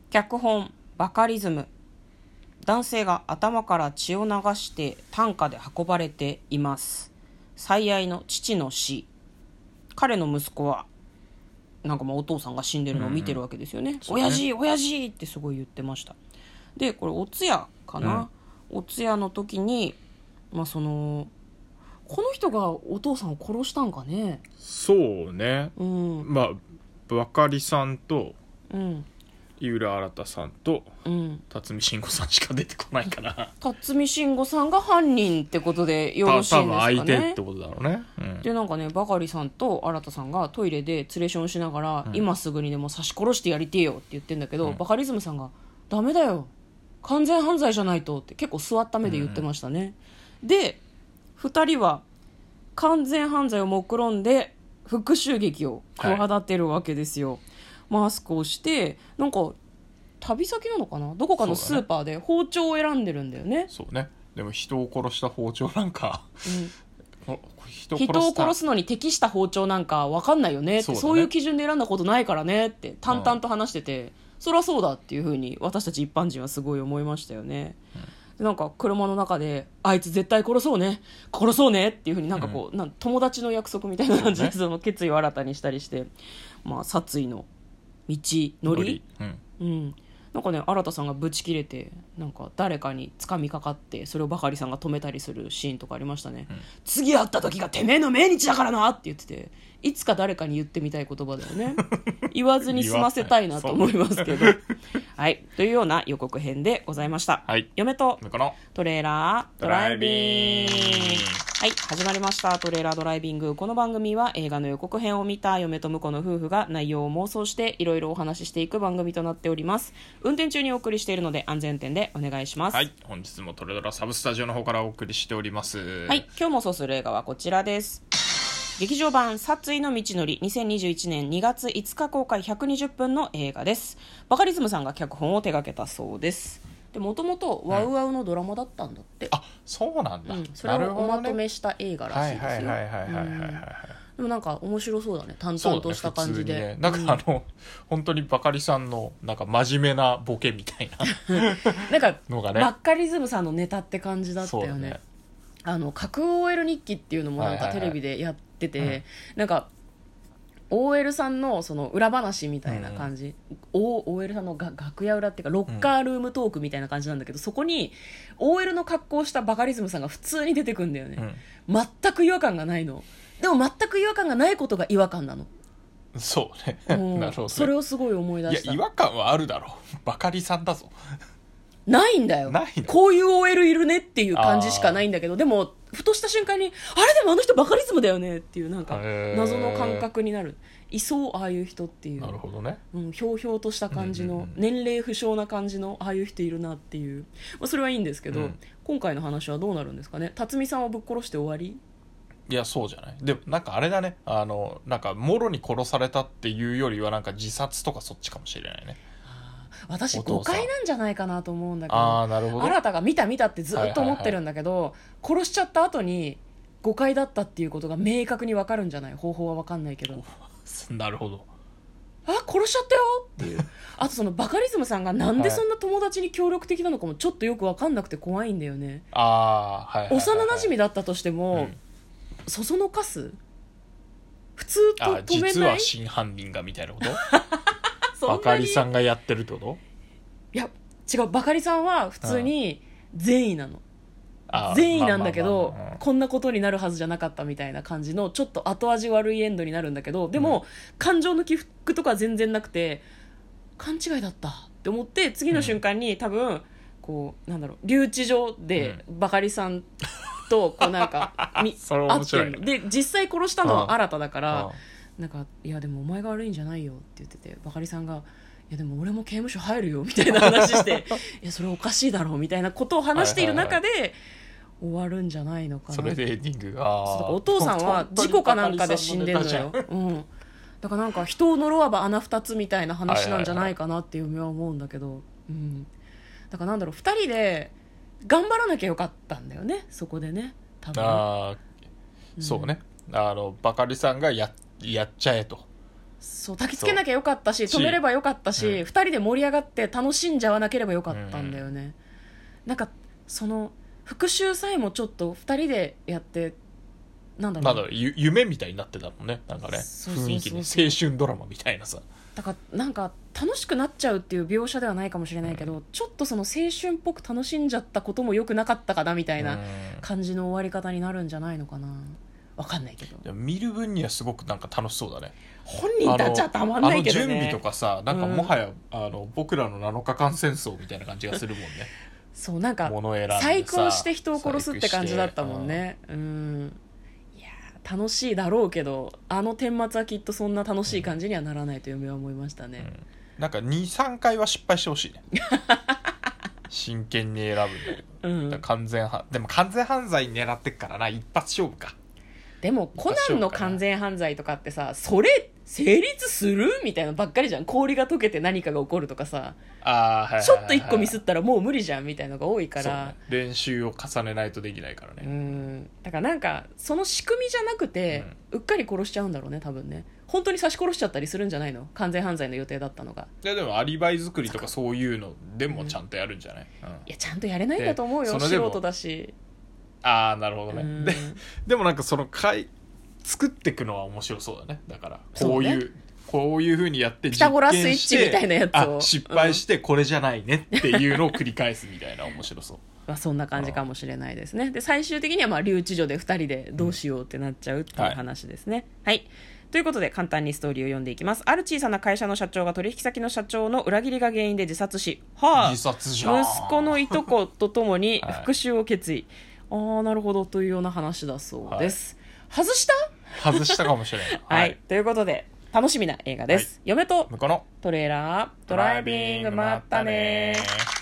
脚本バカリズム。男性が頭から血を流して担架で運ばれています。最愛の父の死。彼の息子はなんかお父さんが死んでるのを見てるわけですよね。親父親父ってすごい言ってました。でこれお通夜かな、お通夜の時にこの人がお父さんを殺したんかね。 そうね、バカリさんと井浦新さんと辰巳慎吾さんしか出てこないから辰巳慎吾さんが犯人ってことでよろしいんですかね。 多分相手ってことだろうね、 でバカリさんと新さんがトイレでツレションしながら、今すぐにでも刺し殺してやりてえよって言ってんだけど、バカリズムさんがダメだよ完全犯罪じゃないとって結構座った目で言ってましたね、で2人は完全犯罪を目論んで復讐劇を企てるわけですよ、マスクをして旅先なのかな、どこかのスーパーで包丁を選んでるんだよね。 そうね。でも人を殺した包丁なんか、 人を殺すのに適した包丁なんか分かんないよねって、そういう基準で選んだことないからねって淡々と話してて、そりゃそうだっていう風に私たち一般人はすごい思いましたよね、で車の中であいつ絶対殺そうねっていう風に友達の約束みたいな感じでその決意を新たにしたりして、殺意の道のり、新さんがブチ切れて誰かに掴みかかってそれをバカリさんが止めたりするシーンとかありましたね、次会った時がてめえの命日だからなって言ってて、いつか誰かに言ってみたい言葉だよね言わずに済ませたいなと思いますけどはいというような予告編でございました、嫁とトレーラードライビング。はい、始まりましたトレーラードライビング。この番組は映画の予告編を見た嫁と婿の夫婦が内容を妄想していろいろお話ししていく番組となっております。運転中にお送りしているので安全運転でお願いします。 はい、本日もトレドラサブスタジオの方からお送りしております。 はい、今日もそうする映画はこちらです。劇場版殺意の道のり、2021年2月5日公開120分の映画です。バカリズムさんが脚本を手掛けたそうです。でもともとワウワウのドラマだったんだって、 あ、そうなんだ、 それをおまとめした映画らしいですよ。でも面白そうだね、淡々とした感じで、 本当にバカリさんの真面目なボケみたいなのがね、 バカリズムさんのネタって感じだったよね。核 OL 日記っていうのもテレビでやってて、OL さんのその裏話みたいな感じ、OL さんの楽屋裏っていうかロッカールームトークみたいな感じなんだけど、そこに OL の格好をしたバカリズムさんが普通に出てくんだよね、全く違和感がないの。でも全く違和感がないことが違和感なの。 そうねなるほどね。 それをすごい思い出した。 いや違和感はあるだろう、バカリさんだぞ。 ないんだよ。こういう OL いるねっていう感じしかないんだけど、でもふとした瞬間にあれでもあの人バカリズムだよねっていう謎の感覚になる。いそうああいう人っていう。 なるほどね、 ひょうひょうとした感じの、年齢不詳な感じのああいう人いるなっていう、それはいいんですけど、今回の話はどうなるんですかね。辰巳さんをぶっ殺して終わり。 いやそうじゃない。でもあれだね、もろに殺されたっていうよりは自殺とかそっちかもしれないね。 私誤解なんじゃないかなと思うんだけど、 なるほど。 新が見たってずっと思ってるんだけど、殺しちゃった後に誤解だったっていうことが明確に分かるんじゃない。方法は分かんないけどなるほど。 殺しちゃったよっていうあとそのバカリズムさんがなんでそんな友達に協力的なのかもちょっとよく分かんなくて怖いんだよね。幼馴染だったとしても、そそのかす普通と止めない。 実は真犯人がみたいなことバカリさんがやってるってこと？ いや違う、バカリさんは普通に善意なの、善意なんだけど、こんなことになるはずじゃなかったみたいな感じのちょっと後味悪いエンドになるんだけど、でも、感情の起伏とか全然なくて勘違いだったって思って、次の瞬間に多分留置場でバカリさんと会ってるで、実際殺したのは新だからいやでもお前が悪いんじゃないよって言ってて、バカリさんがいやでも俺も刑務所入るよみたいな話していやそれおかしいだろうみたいなことを話している中で終わるんじゃないのかな。 それでエンディングお父さんは事故かなんかで死んでるのよ、だから人を呪わば穴二つみたいな話なんじゃないかなっていう夢は思うんだけど、だから2人で頑張らなきゃよかったんだよね、そこでね多分。 そうね、バカリさんがやっちゃえとそう焚きつけなきゃよかったし止めればよかったし、2人で盛り上がって楽しんじゃわなければよかったんだよね、なんかその復讐さえもちょっと2人でやってなんだろう夢みたいになってたもんね、なんかね、雰囲気に青春ドラマみたいなさ。 だからなんか楽しくなっちゃうっていう描写ではないかもしれないけど、ちょっとその青春っぽく楽しんじゃったことも良くなかったかなみたいな感じの終わり方になるんじゃないのかな、わかんないけど。 見る分にはすごくなんか楽しそうだね。 本人たちはたまんないけどね。 準備とかさ、なんかもはや、僕らの7日間戦争みたいな感じがするもんね。 そうなんか再婚して人を殺すって感じだったもんね。いや楽しいだろうけど、あの顛末はきっとそんな楽しい感じにはならないと嫁は思いましたね。 なんか 2,3 回は失敗してほしいね。真剣に選ぶんだけど、でも完全犯罪狙ってっからな、一発勝負か。 でもコナンの完全犯罪とかってさ、それ成立するみたいなばっかりじゃん。氷が溶けて何かが起こるとかさ、ちょっと一個ミスったらもう無理じゃんみたいなのが多いから、 ね、練習を重ねないとできないからね。 だからなんかその仕組みじゃなくて、うっかり殺しちゃうんだろうね多分ね。本当に刺し殺しちゃったりするんじゃないの、完全犯罪の予定だったのが。 いやでもアリバイ作りとかそういうのでもちゃんとやるんじゃない、 いやちゃんとやれないんだと思うよ、素人だし。 なるほどね。でもなんかその作っていくのは面白そうだね。だからこういう風にやってピタゴラスイッチみたいなやつを失敗してこれじゃないねっていうのを繰り返すみたいな面白そう。 まあそんな感じかもしれないですね。で最終的にはまあ留置所で2人でどうしようってなっちゃうっていう話ですね。はいということで簡単にストーリーを読んでいきます。ある小さな会社の社長が取引先の社長の裏切りが原因で自殺し、 自殺じゃん。 息子のいとことともに復讐を決意、なるほどというような話だそうです、外したかもしれないはい、ということで楽しみな映画です、嫁と向こうのトレーラードライビング、まったね。